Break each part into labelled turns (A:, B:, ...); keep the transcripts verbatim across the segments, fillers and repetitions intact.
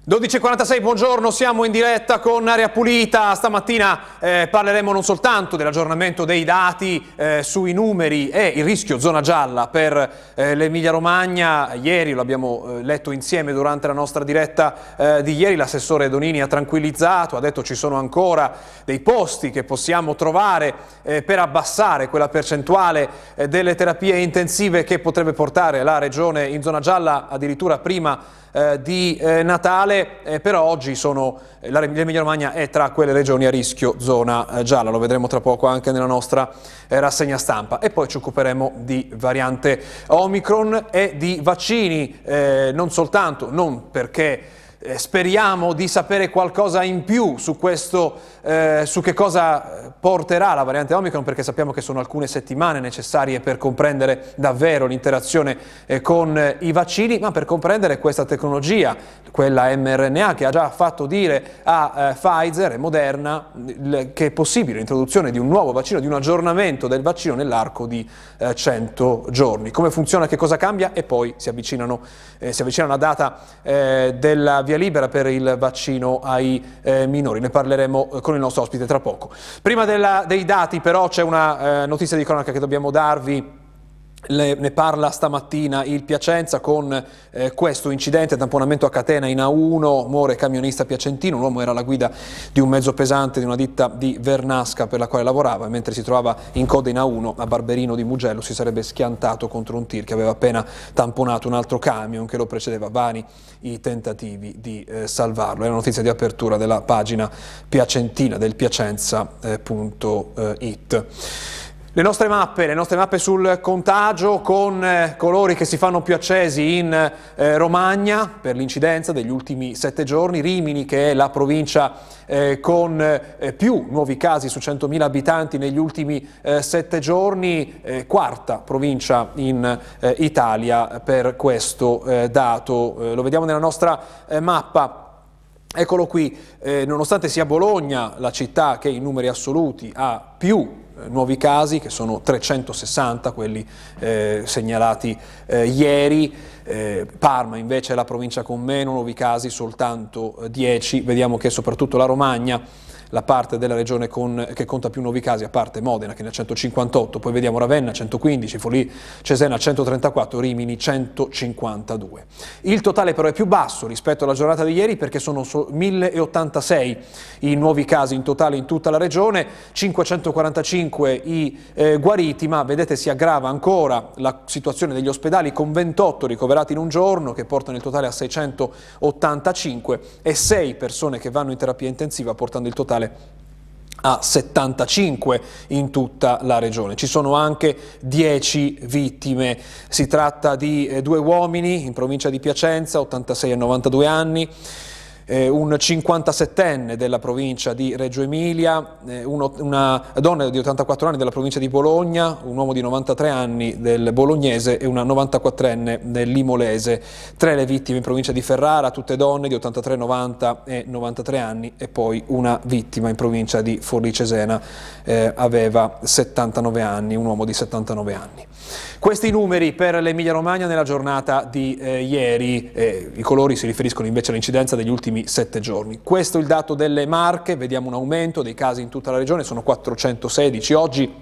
A: dodici e quarantasei, buongiorno, siamo in diretta con Aria Pulita. Stamattina eh, parleremo non soltanto dell'aggiornamento dei dati eh, sui numeri e il rischio zona gialla per eh, l'Emilia Romagna. Ieri lo abbiamo eh, letto insieme durante la nostra diretta eh, di ieri. L'assessore Donini ha tranquillizzato, ha detto ci sono ancora dei posti che possiamo trovare eh, per abbassare quella percentuale eh, delle terapie intensive che potrebbe portare la regione in zona gialla addirittura prima Eh, di eh, Natale, eh, però oggi sono, eh, l'Emilia Romagna è tra quelle regioni a rischio zona eh, gialla, lo vedremo tra poco anche nella nostra eh, rassegna stampa. E poi ci occuperemo di variante Omicron e di vaccini, eh, non soltanto, non perché eh, speriamo di sapere qualcosa in più su questo, eh, su che cosa porterà la variante Omicron, perché sappiamo che sono alcune settimane necessarie per comprendere davvero l'interazione eh, con eh, i vaccini, ma per comprendere questa tecnologia, quella mRNA, che ha già fatto dire a eh, Pfizer e Moderna l- che è possibile l'introduzione di un nuovo vaccino, di un aggiornamento del vaccino nell'arco di eh, cento giorni. Come funziona, che cosa cambia, e poi si avvicinano, eh, si avvicina la data eh, della via libera per il vaccino ai eh, minori. Ne parleremo eh, con il nostro ospite tra poco. Prima della, dei dati però c'è una eh, notizia di cronaca che dobbiamo darvi. Le, ne parla stamattina il Piacenza con eh, questo incidente, tamponamento a catena in A uno, muore camionista piacentino, un uomo era alla guida di un mezzo pesante di una ditta di Vernasca per la quale lavorava, e mentre si trovava in coda in A uno a Barberino di Mugello si sarebbe schiantato contro un tir che aveva appena tamponato un altro camion che lo precedeva. Vani i tentativi di eh, salvarlo. È una notizia di apertura della pagina piacentina del Piacenza punto it. Le nostre mappe, le nostre mappe sul contagio con eh, colori che si fanno più accesi in eh, Romagna per l'incidenza degli ultimi sette giorni. Rimini, che è la provincia eh, con eh, più nuovi casi su centomila abitanti negli ultimi eh, sette giorni, eh, quarta provincia in eh, Italia per questo eh, dato. Eh, lo vediamo nella nostra eh, mappa. Eccolo qui, eh, nonostante sia Bologna la città che in numeri assoluti ha più nuovi casi, che sono trecentosessanta quelli eh, segnalati eh, ieri, eh, Parma invece è la provincia con meno nuovi casi, soltanto eh, dieci. Vediamo che soprattutto la Romagna, la parte della regione con, che conta più nuovi casi, a parte Modena che ne ha centocinquantotto, poi vediamo Ravenna centoquindici, Forlì Cesena centotrentaquattro, Rimini centocinquantadue. Il totale però è più basso rispetto alla giornata di ieri, perché sono milleottantasei i nuovi casi in totale in tutta la regione, cinquecentoquarantacinque i eh, guariti, ma vedete si aggrava ancora la situazione degli ospedali con ventotto ricoverati in un giorno, che portano il totale a seicentottantacinque, e sei persone che vanno in terapia intensiva, portando il totale a settantacinque in tutta la regione. Ci sono anche dieci vittime. Si tratta di eh, due uomini in provincia di Piacenza, ottantasei e novantadue anni, eh, un cinquantasettenne della provincia di Reggio Emilia, eh, uno, una donna di ottantaquattro anni della provincia di Bologna, un uomo di novantatré anni del bolognese e una novantaquattrenne dell'imolese. Tre le vittime in provincia di Ferrara, tutte donne di ottantatré, novanta e novantatré anni, e poi una vittima in provincia di Forlì Cesena, eh, aveva settantanove anni, un uomo di settantanove anni. Questi i numeri per l'Emilia Romagna nella giornata di eh, ieri. Eh, i colori si riferiscono invece all'incidenza degli ultimi sette giorni. Questo è il dato delle Marche, vediamo un aumento dei casi in tutta la regione, sono quattrocentosedici oggi.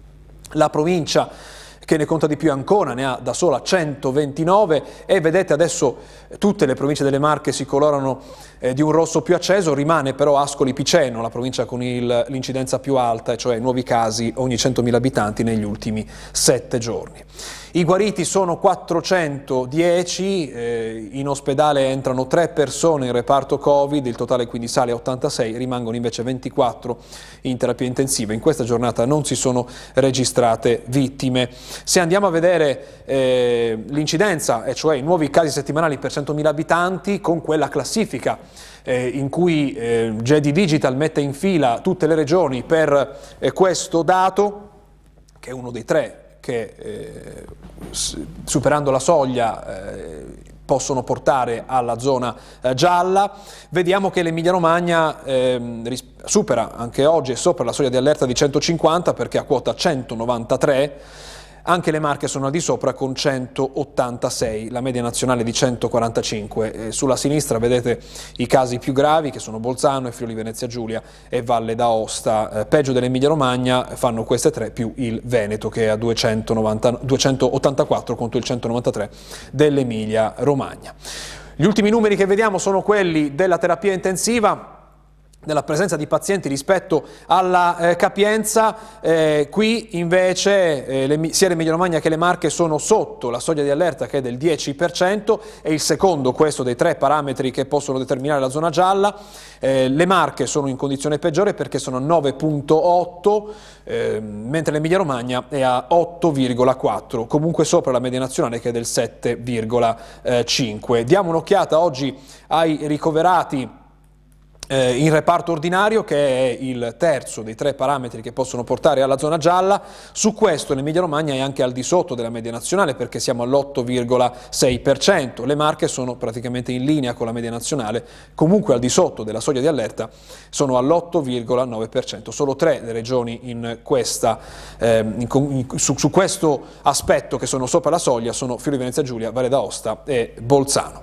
A: La provincia che ne conta di più Ancona ne ha da sola centoventinove, e vedete adesso tutte le province delle Marche si colorano eh, di un rosso più acceso. Rimane però Ascoli Piceno, la provincia con l'incidenza più alta, e cioè nuovi casi ogni centomila abitanti negli ultimi sette giorni. I guariti sono quattrocentodieci, eh, in ospedale entrano tre persone in reparto Covid, il totale quindi sale a ottantasei, rimangono invece ventiquattro in terapia intensiva. In questa giornata non si sono registrate vittime. Se andiamo a vedere eh, l'incidenza, e cioè i nuovi casi settimanali per centomila abitanti, con quella classifica eh, in cui eh, G D Digital mette in fila tutte le regioni per eh, questo dato, che è uno dei tre che eh, superando la soglia eh, possono portare alla zona eh, gialla, vediamo che l'Emilia Romagna eh, supera anche oggi, è sopra la soglia di allerta di centocinquanta, perché a quota centonovantatré, anche le Marche sono al di sopra con centottantasei, la media nazionale di centoquarantacinque. Eh, sulla sinistra vedete i casi più gravi che sono Bolzano e Friuli Venezia Giulia e Valle d'Aosta. Eh, peggio dell'Emilia Romagna fanno queste tre più il Veneto che è a duecentonovanta, duecentottantaquattro contro il centonovantatré dell'Emilia Romagna. Gli ultimi numeri che vediamo sono quelli della terapia intensiva, della presenza di pazienti rispetto alla eh, capienza. Eh, qui invece eh, le, sia l'Emilia Romagna che le Marche sono sotto la soglia di allerta che è del dieci per cento, è il secondo questo dei tre parametri che possono determinare la zona gialla. Eh, le Marche sono in condizione peggiore perché sono a nove virgola otto, eh, mentre l'Emilia Romagna è a otto virgola quattro, comunque sopra la media nazionale che è del sette virgola cinque. Diamo un'occhiata oggi ai ricoverati Eh, in reparto ordinario, che è il terzo dei tre parametri che possono portare alla zona gialla. Su questo l'Emilia Romagna è anche al di sotto della media nazionale perché siamo all'otto virgola sei per cento, le Marche sono praticamente in linea con la media nazionale, comunque al di sotto della soglia di allerta, sono all'otto virgola nove per cento. Solo tre le regioni in questa, eh, in, in, su, su questo aspetto che sono sopra la soglia sono Friuli Venezia Giulia, Valle d'Aosta e Bolzano.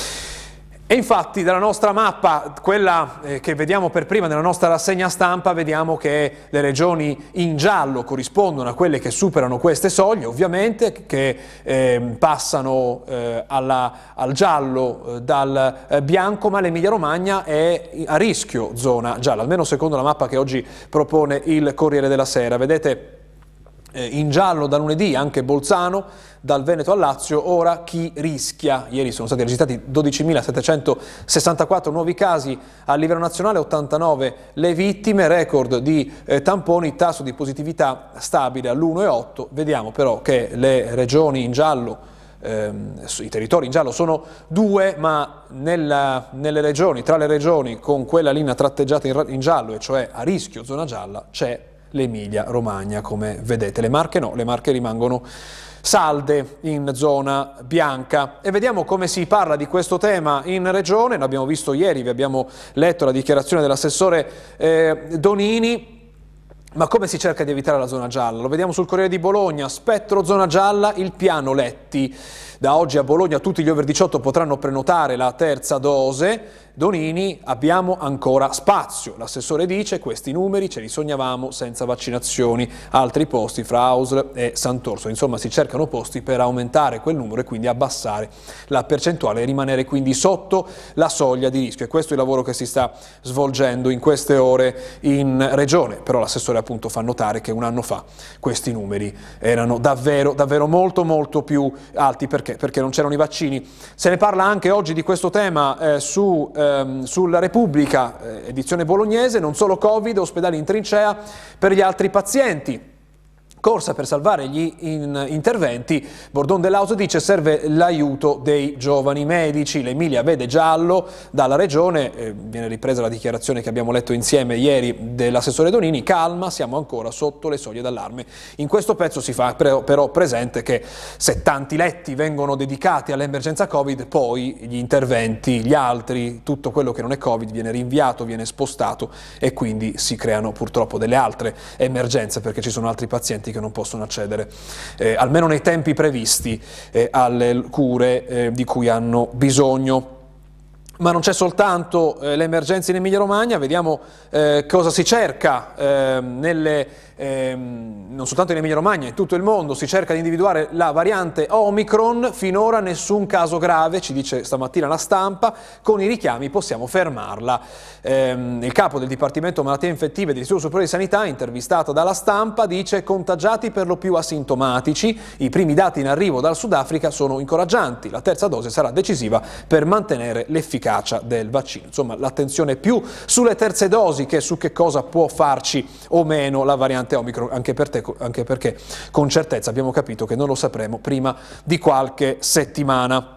A: E infatti dalla nostra mappa, quella eh, che vediamo per prima nella nostra rassegna stampa, vediamo che le regioni in giallo corrispondono a quelle che superano queste soglie, ovviamente, che eh, passano eh, alla, al giallo eh, dal eh, bianco, ma l'Emilia Romagna è a rischio zona gialla, almeno secondo la mappa che oggi propone il Corriere della Sera. Vedete eh, in giallo da lunedì anche Bolzano, dal Veneto al Lazio. Ora chi rischia? Ieri sono stati registrati dodicimilasettecentosessantaquattro nuovi casi a livello nazionale, ottantanove le vittime, record di eh, tamponi, tasso di positività stabile all'uno virgola otto. Vediamo però che le regioni in giallo, ehm, i territori in giallo sono due, ma nella, nelle regioni, tra le regioni con quella linea tratteggiata in, in giallo, e cioè a rischio zona gialla, c'è l'Emilia Romagna, come vedete. Le Marche no, le Marche rimangono salde in zona bianca. E vediamo come si parla di questo tema in regione. L'abbiamo visto ieri, vi abbiamo letto la dichiarazione dell'assessore eh, Donini, ma come si cerca di evitare la zona gialla? Lo vediamo sul Corriere di Bologna, spettro zona gialla, il piano Letti. Da oggi a Bologna tutti gli over diciotto potranno prenotare la terza dose. Donini, abbiamo ancora spazio. L'assessore dice: questi numeri ce li sognavamo senza vaccinazioni. Altri posti fra A U S L e Sant'Orso. Insomma, si cercano posti per aumentare quel numero e quindi abbassare la percentuale e rimanere quindi sotto la soglia di rischio. E questo è il lavoro che si sta svolgendo in queste ore in regione. Però l'assessore appunto fa notare che un anno fa questi numeri erano davvero, davvero molto molto più alti. Perché? Perché non c'erano i vaccini. Se ne parla anche oggi di questo tema eh, su eh, sulla Repubblica, eh, edizione bolognese, non solo Covid, ospedali in trincea per gli altri pazienti. Corsa per salvare gli in interventi. Bordon dell'Auso dice: serve l'aiuto dei giovani medici. L'Emilia vede giallo dalla regione, eh, viene ripresa la dichiarazione che abbiamo letto insieme ieri dell'assessore Donini: calma, siamo ancora sotto le soglie d'allarme. In questo pezzo si fa però presente che se tanti letti vengono dedicati all'emergenza Covid, poi gli interventi, gli altri, tutto quello che non è Covid viene rinviato, viene spostato e quindi si creano purtroppo delle altre emergenze perché ci sono altri pazienti che non possono accedere, eh, almeno nei tempi previsti, eh, alle cure eh, di cui hanno bisogno. Ma non c'è soltanto eh, l'emergenza in Emilia Romagna, vediamo eh, cosa si cerca eh, nelle, eh, non soltanto in Emilia Romagna, in tutto il mondo si cerca di individuare la variante Omicron. Finora nessun caso grave, ci dice stamattina la Stampa, con i richiami possiamo fermarla. Eh, il capo del Dipartimento Malattie Infettive dell'Istituto Superiore di Sanità, intervistato dalla Stampa, dice: contagiati per lo più asintomatici, i primi dati in arrivo dal Sudafrica sono incoraggianti, la terza dose sarà decisiva per mantenere l'efficacia del vaccino. Insomma, l'attenzione più sulle terze dosi che su che cosa può farci o meno la variante Omicron, anche, per te, anche perché con certezza abbiamo capito che non lo sapremo prima di qualche settimana.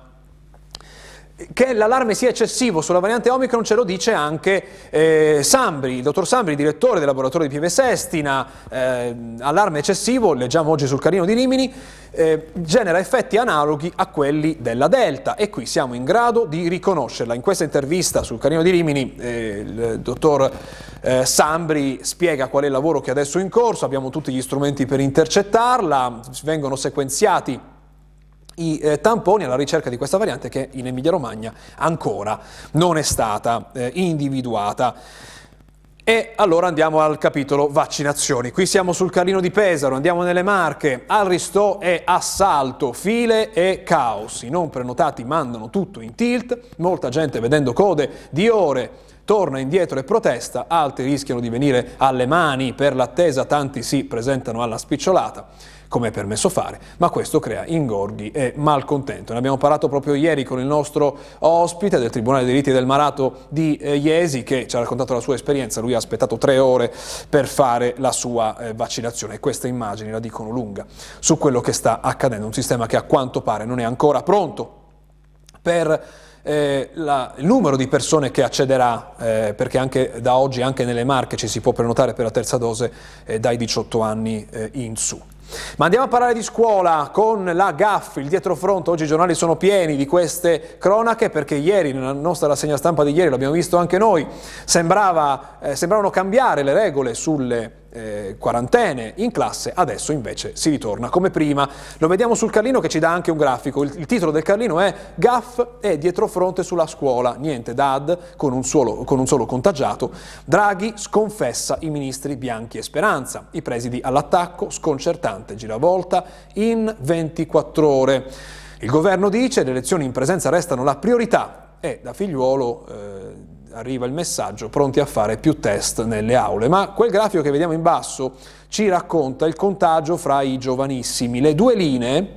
A: Che l'allarme sia eccessivo sulla variante Omicron ce lo dice anche eh, Sambri, il dottor Sambri, direttore del laboratorio di Pieve Sestina. Eh, allarme eccessivo, leggiamo oggi sul Carlino di Rimini, eh, genera effetti analoghi a quelli della Delta e qui siamo in grado di riconoscerla. In questa intervista sul Carlino di Rimini eh, il dottor Eh, Sambri spiega qual è il lavoro che è adesso in corso, abbiamo tutti gli strumenti per intercettarla, vengono sequenziati i eh, tamponi alla ricerca di questa variante che in Emilia-Romagna ancora non è stata eh, individuata. E allora andiamo al capitolo vaccinazioni. Qui siamo sul Carlino di Pesaro, andiamo nelle Marche, Aristò è assalto, file e caos. I non prenotati mandano tutto in tilt, molta gente vedendo code di ore torna indietro e protesta, altri rischiano di venire alle mani per l'attesa, tanti si presentano alla spicciolata, come è permesso fare, ma questo crea ingorghi e malcontento. Ne abbiamo parlato proprio ieri con il nostro ospite del Tribunale dei diritti del malato di eh, Iesi, che ci ha raccontato la sua esperienza. Lui ha aspettato tre ore per fare la sua eh, vaccinazione e queste immagini la dicono lunga su quello che sta accadendo, un sistema che a quanto pare non è ancora pronto per Eh, la, il numero di persone che accederà, eh, perché anche da oggi anche nelle Marche ci si può prenotare per la terza dose eh, dai diciotto anni eh, in su. Ma andiamo a parlare di scuola con la G A F, il dietrofront. Oggi i giornali sono pieni di queste cronache perché ieri, nella nostra rassegna stampa di ieri, l'abbiamo visto anche noi, sembrava, eh, sembravano cambiare le regole sulle eh, quarantene in classe, adesso invece si ritorna come prima. Lo vediamo sul Carlino che ci dà anche un grafico, il, il titolo del Carlino è G A F e dietrofront sulla scuola, niente D A D con un, solo, con un solo contagiato, Draghi sconfessa i ministri Bianchi e Speranza, i presidi all'attacco, sconcertante giravolta in ventiquattro ore. Il governo dice le lezioni in presenza restano la priorità e da Figliuolo eh, arriva il messaggio pronti a fare più test nelle aule. Ma quel grafico che vediamo in basso ci racconta il contagio fra i giovanissimi. Le due linee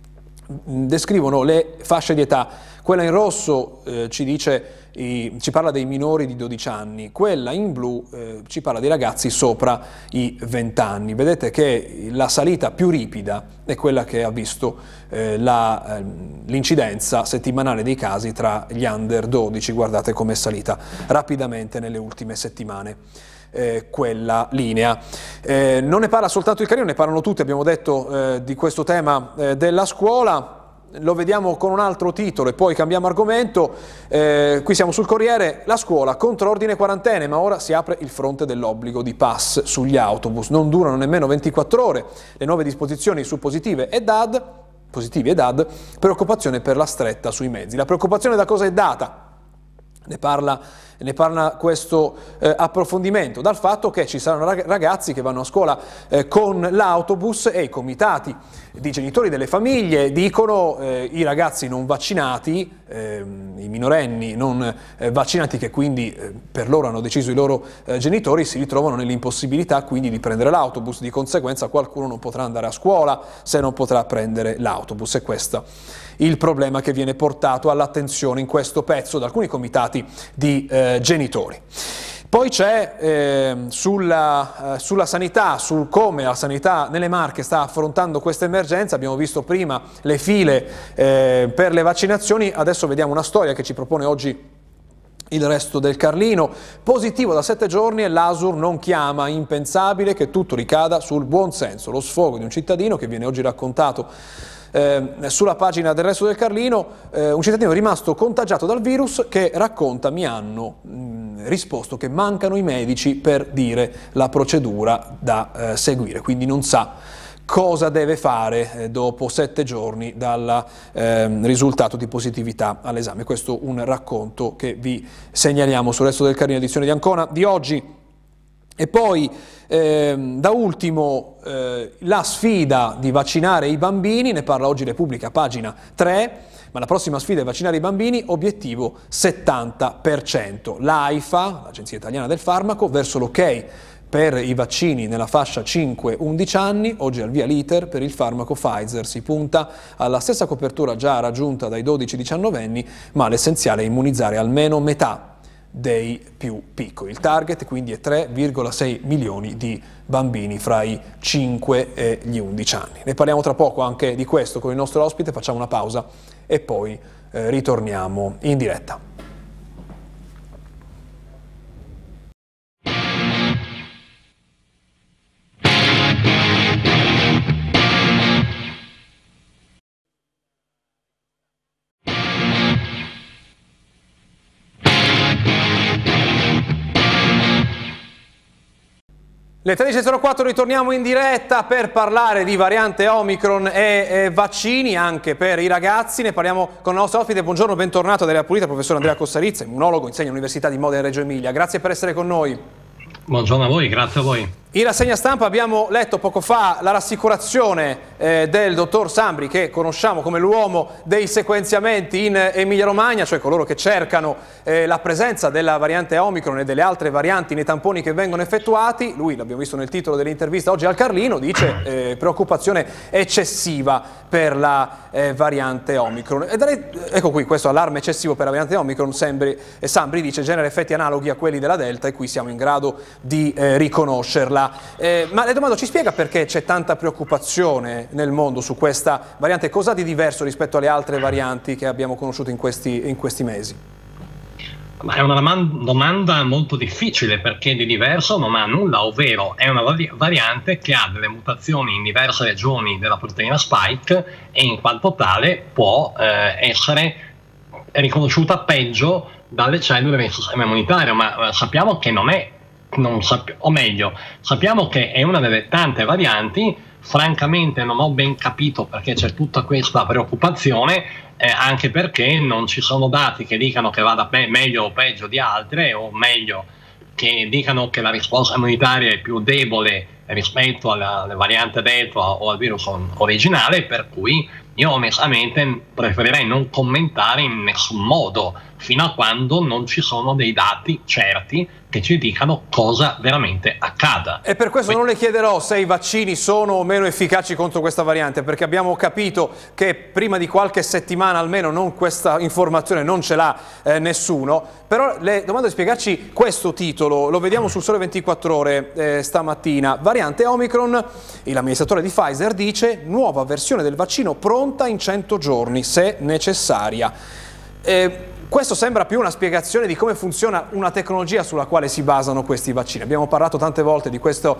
A: descrivono le fasce di età. Quella in rosso eh, ci dice i, ci parla dei minori di dodici anni, quella in blu eh, ci parla dei ragazzi sopra i venti anni. Vedete che la salita più ripida è quella che ha visto eh, la, eh, l'incidenza settimanale dei casi tra gli under dodici, guardate com'è salita rapidamente nelle ultime settimane. Eh, quella linea. Eh, non ne parla soltanto il Carlino, ne parlano tutti, abbiamo detto eh, di questo tema eh, della scuola. Lo vediamo con un altro titolo e poi cambiamo argomento. Eh, qui siamo sul Corriere, la scuola contro ordine quarantene, ma ora si apre il fronte dell'obbligo di pass sugli autobus. Non durano nemmeno ventiquattro ore, le nuove disposizioni su positive e D A D, positivi e D A D, preoccupazione per la stretta sui mezzi. La preoccupazione da cosa è data? Ne parla, ne parla questo eh, approfondimento, dal fatto che ci saranno ragazzi che vanno a scuola eh, con l'autobus e i comitati di genitori delle famiglie dicono eh, i ragazzi non vaccinati, eh, i minorenni non eh, vaccinati che quindi eh, per loro hanno deciso i loro eh, genitori, si ritrovano nell'impossibilità quindi di prendere l'autobus, di conseguenza qualcuno non potrà andare a scuola se non potrà prendere l'autobus, e questo il problema che viene portato all'attenzione in questo pezzo da alcuni comitati di eh, genitori. Poi c'è eh, sulla, eh, sulla sanità, sul come la sanità nelle Marche sta affrontando questa emergenza. Abbiamo visto prima le file eh, per le vaccinazioni, adesso vediamo una storia che ci propone oggi il resto del Carlino. Positivo da sette giorni e l'A S U R non chiama, impensabile che tutto ricada sul buon senso. Lo sfogo di un cittadino che viene oggi raccontato Eh, sulla pagina del Resto del Carlino, eh, un cittadino rimasto contagiato dal virus che racconta mi hanno mh, risposto che mancano i medici per dire la procedura da eh, seguire, quindi non sa cosa deve fare eh, dopo sette giorni dal eh, risultato di positività all'esame. Questo un racconto che vi segnaliamo sul Resto del Carlino, edizione di Ancona di oggi. E poi eh, da ultimo eh, la sfida di vaccinare i bambini, ne parla oggi Repubblica, pagina tre, ma la prossima sfida è vaccinare i bambini, obiettivo settanta per cento. L'AIFA, l'Agenzia Italiana del Farmaco, verso l'ok per i vaccini nella fascia cinque undici anni, oggi al via l'iter per il farmaco Pfizer, si punta alla stessa copertura già raggiunta dai dodici diciannovenni, ma l'essenziale è immunizzare almeno metà dei più piccoli. Il target quindi è tre virgola sei milioni di bambini fra i cinque e gli undici anni. Ne parliamo tra poco anche di questo con il nostro ospite, facciamo una pausa e poi eh, ritorniamo in diretta. Le tredici e zero quattro ritorniamo in diretta per parlare di variante Omicron e, e vaccini anche per i ragazzi. Ne parliamo con il nostro ospite. Buongiorno, bentornato ad Area Pulita, professor Andrea Cossarizza, immunologo, insegna all'Università di Modena e Reggio Emilia. Grazie per essere con noi.
B: Buongiorno a voi, grazie a voi.
A: In rassegna stampa abbiamo letto poco fa la rassicurazione eh, del dottor Sambri, che conosciamo come l'uomo dei sequenziamenti in Emilia Romagna, cioè coloro che cercano eh, la presenza della variante Omicron e delle altre varianti nei tamponi che vengono effettuati. Lui, l'abbiamo visto nel titolo dell'intervista oggi al Carlino, dice eh, preoccupazione eccessiva per la eh, variante Omicron. E darei, ecco qui questo allarme eccessivo per la variante Omicron. Sambri, eh, Sambri dice genera effetti analoghi a quelli della Delta e qui siamo in grado di eh, riconoscerla. Eh, ma le domando, ci spiega perché c'è tanta preoccupazione nel mondo su questa variante? Cosa di diverso rispetto alle altre varianti che abbiamo conosciuto in questi, in questi mesi?
B: Ma è una domanda molto difficile, perché di diverso non ha nulla, ovvero è una variante che ha delle mutazioni in diverse regioni della proteina spike e in quanto tale può eh, essere riconosciuta peggio dalle cellule del sistema immunitario, ma eh, sappiamo che non è Non sapp- o meglio, sappiamo che è una delle tante varianti. Francamente non ho ben capito perché c'è tutta questa preoccupazione, eh, anche perché non ci sono dati che dicano che vada pe- meglio o peggio di altre, o meglio che dicano che la risposta immunitaria è più debole rispetto alla, alla variante Delta o al virus originale, per cui io onestamente preferirei non commentare in nessun modo fino a quando non ci sono dei dati certi che ci dicano cosa veramente accada.
A: E per questo non le chiederò se i vaccini sono o meno efficaci contro questa variante, perché abbiamo capito che prima di qualche settimana almeno non questa informazione non ce l'ha eh, nessuno. Però le domando di spiegarci questo titolo, lo vediamo sul Sole ventiquattro Ore eh, stamattina. Variante Omicron, l'amministratore di Pfizer dice nuova versione del vaccino pronta in cento giorni se necessaria. Eh, Questo sembra più una spiegazione di come funziona una tecnologia sulla quale si basano questi vaccini. Abbiamo parlato tante volte di questo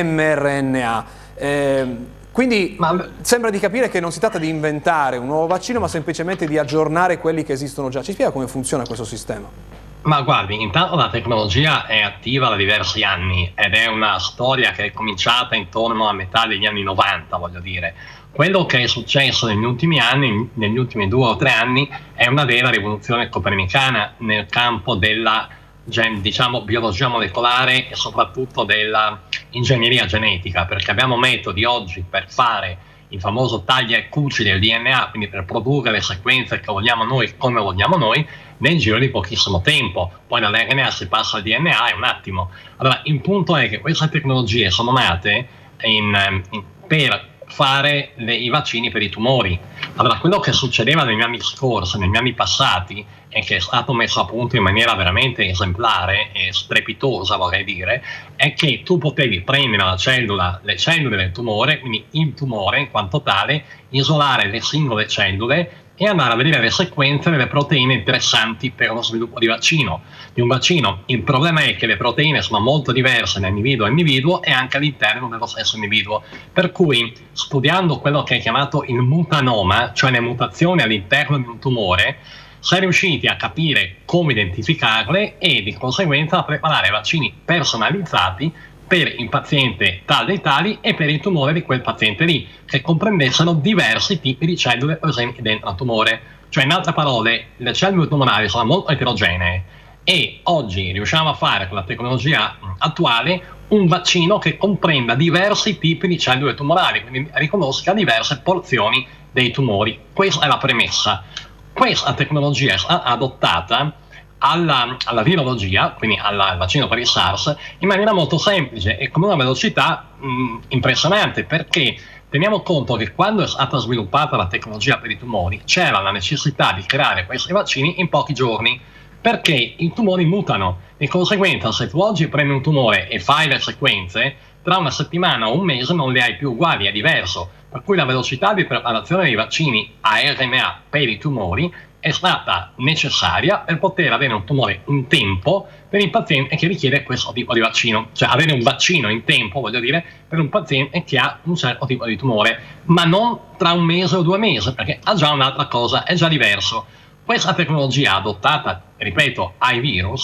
A: mRNA. Eh, quindi ma... sembra di capire che non si tratta di inventare un nuovo vaccino, ma semplicemente di aggiornare quelli che esistono già. Ci spiega come funziona questo sistema?
B: Ma guardi, intanto la tecnologia è attiva da diversi anni ed è una storia che è cominciata intorno a metà degli anni novanta, voglio dire. Quello che è successo negli ultimi anni, negli ultimi due o tre anni, è una vera rivoluzione copernicana nel campo della, diciamo, biologia molecolare e soprattutto della ingegneria genetica, perché abbiamo metodi oggi per fare il famoso taglia e cuci del D N A, quindi per produrre le sequenze che vogliamo noi come vogliamo noi, nel giro di pochissimo tempo. Poi dall'R N A si passa al D N A, è un attimo. Allora, il punto è che queste tecnologie sono nate in, in, per fare le, i vaccini per i tumori. Allora, quello che succedeva negli anni scorsi, negli anni passati, e che è stato messo a punto in maniera veramente esemplare e strepitosa, vorrei dire, è che tu potevi prendere la cellula, le cellule del tumore, quindi il tumore in quanto tale, isolare le singole cellule e andare a vedere le sequenze delle proteine interessanti per lo sviluppo di vaccino. Di un vaccino. Il problema è che le proteine sono molto diverse da individuo a individuo e anche all'interno dello stesso individuo. Per cui, studiando quello che è chiamato il mutanoma, cioè le mutazioni all'interno di un tumore, si è riusciti a capire come identificarle e di conseguenza a preparare vaccini personalizzati per il paziente tal dei tali e per il tumore di quel paziente lì, che comprendessero diversi tipi di cellule presenti dentro al tumore. Cioè, in altre parole, le cellule tumorali sono molto eterogenee e oggi riusciamo a fare con la tecnologia attuale un vaccino che comprenda diversi tipi di cellule tumorali, quindi riconosca diverse porzioni dei tumori. Questa è la premessa. Questa tecnologia è stata adottata alla, alla virologia, quindi al vaccino per il SARS, in maniera molto semplice e con una velocità mh, impressionante, perché teniamo conto che quando è stata sviluppata la tecnologia per i tumori c'era la necessità di creare questi vaccini in pochi giorni, perché i tumori mutano. Di conseguenza, se tu oggi prendi un tumore e fai le sequenze, tra una settimana o un mese non le hai più uguali, è diverso. Per cui la velocità di preparazione dei vaccini a R N A per i tumori è stata necessaria per poter avere un tumore in tempo per il paziente che richiede questo tipo di vaccino. Cioè avere un vaccino in tempo, voglio dire, per un paziente che ha un certo tipo di tumore, ma non tra un mese o due mesi, perché ha già un'altra cosa, è già diverso. Questa tecnologia adottata, ripeto, ai virus,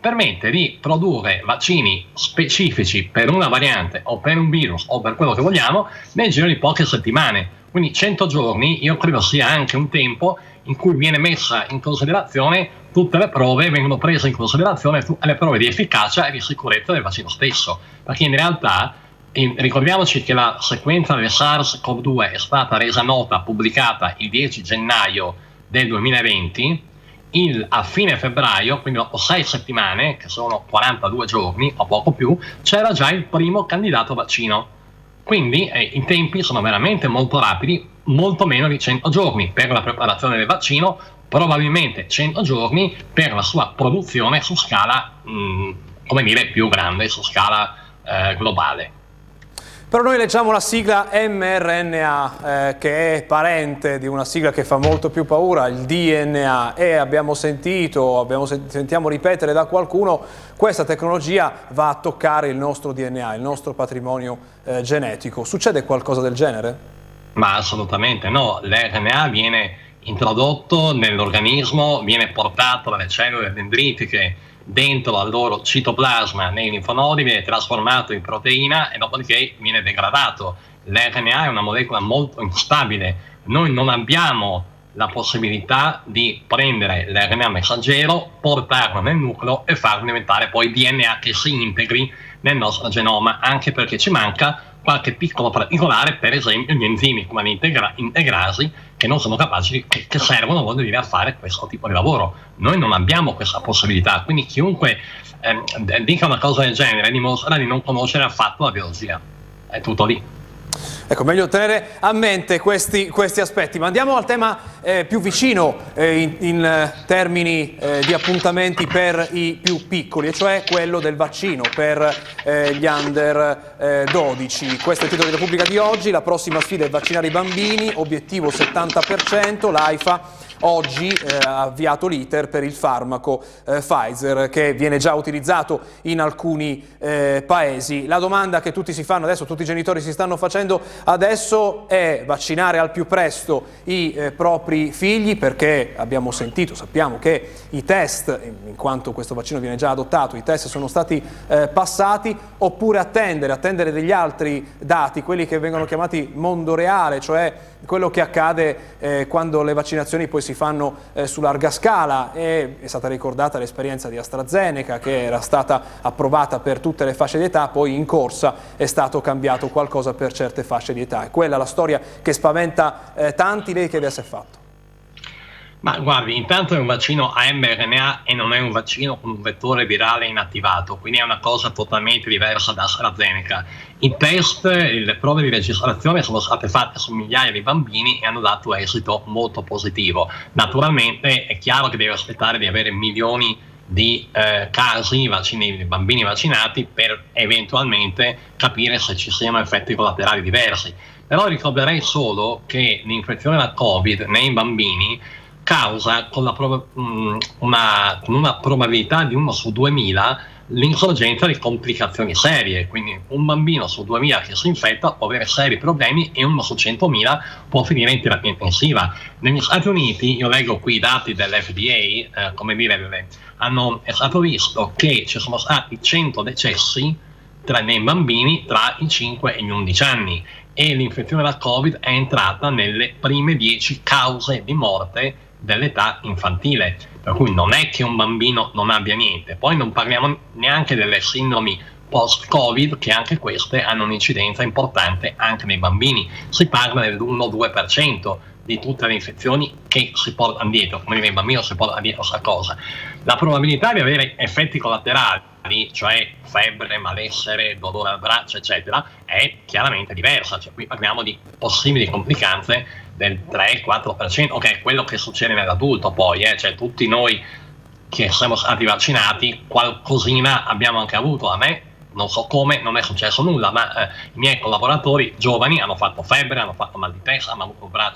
B: permette di produrre vaccini specifici per una variante o per un virus o per quello che vogliamo nel giro di poche settimane. Quindi cento giorni io credo sia anche un tempo in cui viene messa in considerazione tutte le prove, vengono prese in considerazione tutte le prove di efficacia e di sicurezza del vaccino stesso, perché in realtà in, ricordiamoci che la sequenza del SARS-CoV due è stata resa nota, pubblicata il dieci gennaio del duemilaventi, il, a fine febbraio, quindi dopo sei settimane, che sono quarantadue giorni o poco più, c'era già il primo candidato vaccino. Quindi eh, i tempi sono veramente molto rapidi, molto meno di cento giorni per la preparazione del vaccino, probabilmente cento giorni per la sua produzione su scala, mh, come dire, più grande, su scala eh, globale.
A: Però noi leggiamo la sigla M R N A, eh, che è parente di una sigla che fa molto più paura, il D N A, e abbiamo sentito, abbiamo sent- sentiamo ripetere da qualcuno, questa tecnologia va a toccare il nostro D N A, il nostro patrimonio eh, genetico. Succede qualcosa del genere?
B: Ma assolutamente no, l'R N A viene introdotto nell'organismo, viene portato dalle cellule dendritiche dentro al loro citoplasma nei linfonodi, viene trasformato in proteina e dopodiché viene degradato. L'R N A è una molecola molto instabile, noi non abbiamo la possibilità di prendere l'R N A messaggero, portarlo nel nucleo e farlo diventare poi D N A che si integri nel nostro genoma, anche perché ci manca qualche piccolo particolare, per esempio gli enzimi come l'integra- integrasi, che non sono capaci, che, che servono, voglio dire, a fare questo tipo di lavoro. Noi non abbiamo questa possibilità, quindi chiunque eh, dica una cosa del genere dimostra di non conoscere affatto la biologia. È tutto lì.
A: Ecco, meglio tenere a mente questi, questi aspetti, ma andiamo al tema eh, più vicino eh, in, in eh, termini eh, di appuntamenti per i più piccoli, e cioè quello del vaccino per eh, gli under eh, dodici. Questo è il titolo di Repubblica di oggi, la prossima sfida è vaccinare i bambini, obiettivo settanta per cento, l'AIFA oggi eh, ha avviato l'iter per il farmaco eh, Pfizer, che viene già utilizzato in alcuni eh, paesi. La domanda che tutti si fanno adesso, tutti i genitori si stanno facendo adesso, è vaccinare al più presto i eh, propri figli, perché abbiamo sentito, sappiamo che i test, in quanto questo vaccino viene già adottato, i test sono stati eh, passati, oppure attendere, attendere degli altri dati, quelli che vengono chiamati mondo reale, cioè quello che accade eh, quando le vaccinazioni poi si fanno eh, su larga scala. E è stata ricordata l'esperienza di AstraZeneca, che era stata approvata per tutte le fasce di età, poi in corsa è stato cambiato qualcosa per certe fasce di età. È quella la storia che spaventa eh, tanti. Lei che idea si è fatto?
B: Ma guardi, intanto è un vaccino a mRNA e non è un vaccino con un vettore virale inattivato, quindi è una cosa totalmente diversa da AstraZeneca. I test, le prove di registrazione sono state fatte su migliaia di bambini e hanno dato esito molto positivo. Naturalmente è chiaro che deve aspettare di avere milioni di eh, casi vaccini, di bambini vaccinati, per eventualmente capire se ci siano effetti collaterali diversi. Però ricorderei solo che l'infezione da Covid nei bambini causa con, la prob- una, con una probabilità di uno su duemila l'insorgenza di complicazioni serie, quindi un bambino su duemila che si infetta può avere seri problemi e uno su centomila può finire in terapia intensiva. Negli Stati Uniti, io leggo qui i dati dell'F D A, eh, come dire, hanno, è stato visto che ci sono stati cento decessi tra, nei bambini tra i cinque e gli undici anni, e l'infezione da Covid è entrata nelle prime dieci cause di morte dell'età infantile, per cui non è che un bambino non abbia niente. Poi non parliamo neanche delle sindromi post-Covid, che anche queste hanno un'incidenza importante anche nei bambini. Si parla dell'uno due per cento di tutte le infezioni che si portano dietro, come nel bambino si porta dietro questa cosa. La probabilità di avere effetti collaterali, cioè febbre, malessere, dolore al braccio, eccetera, è chiaramente diversa. Cioè, qui parliamo di possibili complicanze del tre quattro per cento, ok, quello che succede nell'adulto poi, eh, cioè tutti noi che siamo stati vaccinati qualcosina abbiamo anche avuto. A me non so come, non è successo nulla, ma eh, i miei collaboratori giovani hanno fatto febbre, hanno fatto mal di testa, hanno avuto il braccio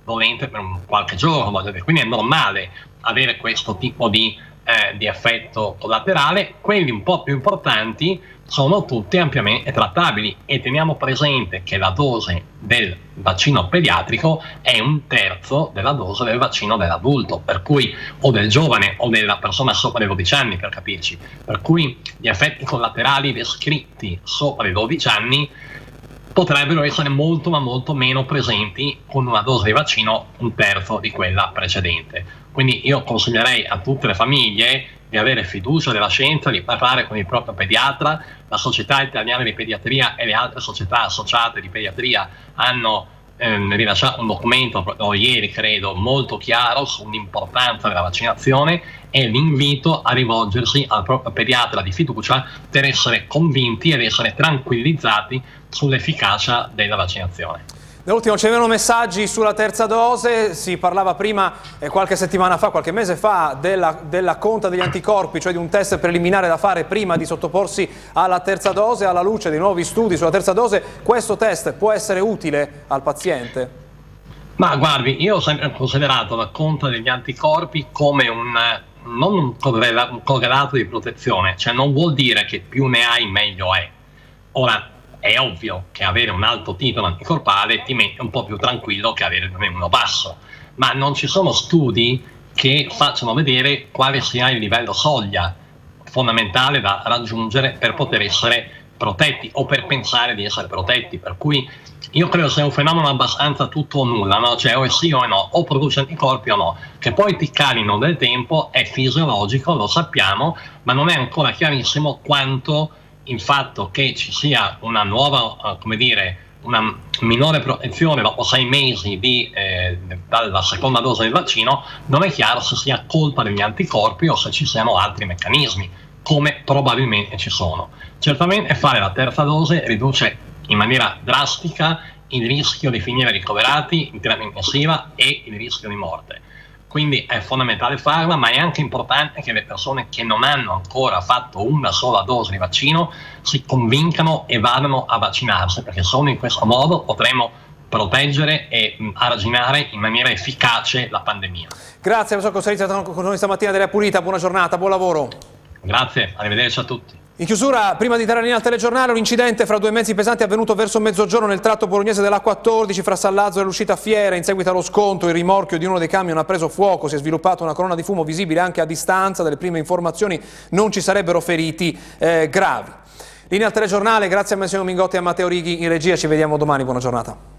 B: dolente per un qualche giorno, voglio dire. Quindi è normale avere questo tipo di, eh, di effetto collaterale. Quelli un po' più importanti sono tutti ampiamente trattabili, e teniamo presente che la dose del vaccino pediatrico è un terzo della dose del vaccino dell'adulto, per cui, o del giovane o della persona sopra i dodici anni, per capirci, per cui gli effetti collaterali descritti sopra i dodici anni potrebbero essere molto ma molto meno presenti con una dose di vaccino un terzo di quella precedente. Quindi io consiglierei a tutte le famiglie di avere fiducia della scienza, di parlare con il proprio pediatra. La Società Italiana di Pediatria e le altre società associate di pediatria hanno ehm, rilasciato un documento proprio ieri, credo, molto chiaro sull'importanza della vaccinazione, e l'invito a rivolgersi al proprio pediatra di fiducia per essere convinti ed essere tranquillizzati sull'efficacia della vaccinazione.
A: Nell'ultimo ci avevano messaggi sulla terza dose, si parlava prima, eh, qualche settimana fa, qualche mese fa, della, della conta degli anticorpi, cioè di un test preliminare da fare prima di sottoporsi alla terza dose. Alla luce dei nuovi studi sulla terza dose, questo test può essere utile al paziente?
B: Ma guardi, io ho sempre considerato la conta degli anticorpi come un, non un correlato di protezione, cioè non vuol dire che più ne hai meglio è. Ora, è ovvio che avere un alto titolo anticorpale ti mette un po' più tranquillo che avere uno basso, ma non ci sono studi che facciano vedere quale sia il livello soglia fondamentale da raggiungere per poter essere protetti o per pensare di essere protetti. Per cui io credo sia un fenomeno abbastanza tutto o nulla, no? Cioè o è sì o è no, o produce anticorpi o no. Che poi ti calino del tempo è fisiologico, lo sappiamo, ma non è ancora chiarissimo quanto il fatto che ci sia una nuova, come dire, una minore protezione dopo sei mesi di, eh, dalla seconda dose del vaccino, non è chiaro se sia colpa degli anticorpi o se ci siano altri meccanismi, come probabilmente ci sono. Certamente fare la terza dose riduce in maniera drastica il rischio di finire ricoverati in terapia intensiva e il rischio di morte. Quindi è fondamentale farla, ma è anche importante che le persone che non hanno ancora fatto una sola dose di vaccino si convincano e vadano a vaccinarsi, perché solo in questo modo potremo proteggere e arginare in maniera efficace la pandemia.
A: Grazie, professor Costalizza, con noi stamattina dell'Aria Pulita, buona giornata, buon lavoro.
B: Grazie, arrivederci a tutti.
A: In chiusura, prima di dare la linea al telegiornale, un incidente fra due mezzi pesanti è avvenuto verso mezzogiorno nel tratto bolognese della quattordici fra Sallazzo e l'uscita Fiera. In seguito allo scontro, il rimorchio di uno dei camion ha preso fuoco, si è sviluppata una colonna di fumo visibile anche a distanza. Dalle prime informazioni non ci sarebbero feriti eh, gravi. Linea al telegiornale, grazie a Massimo Mingotti e a Matteo Righi in regia, ci vediamo domani, buona giornata.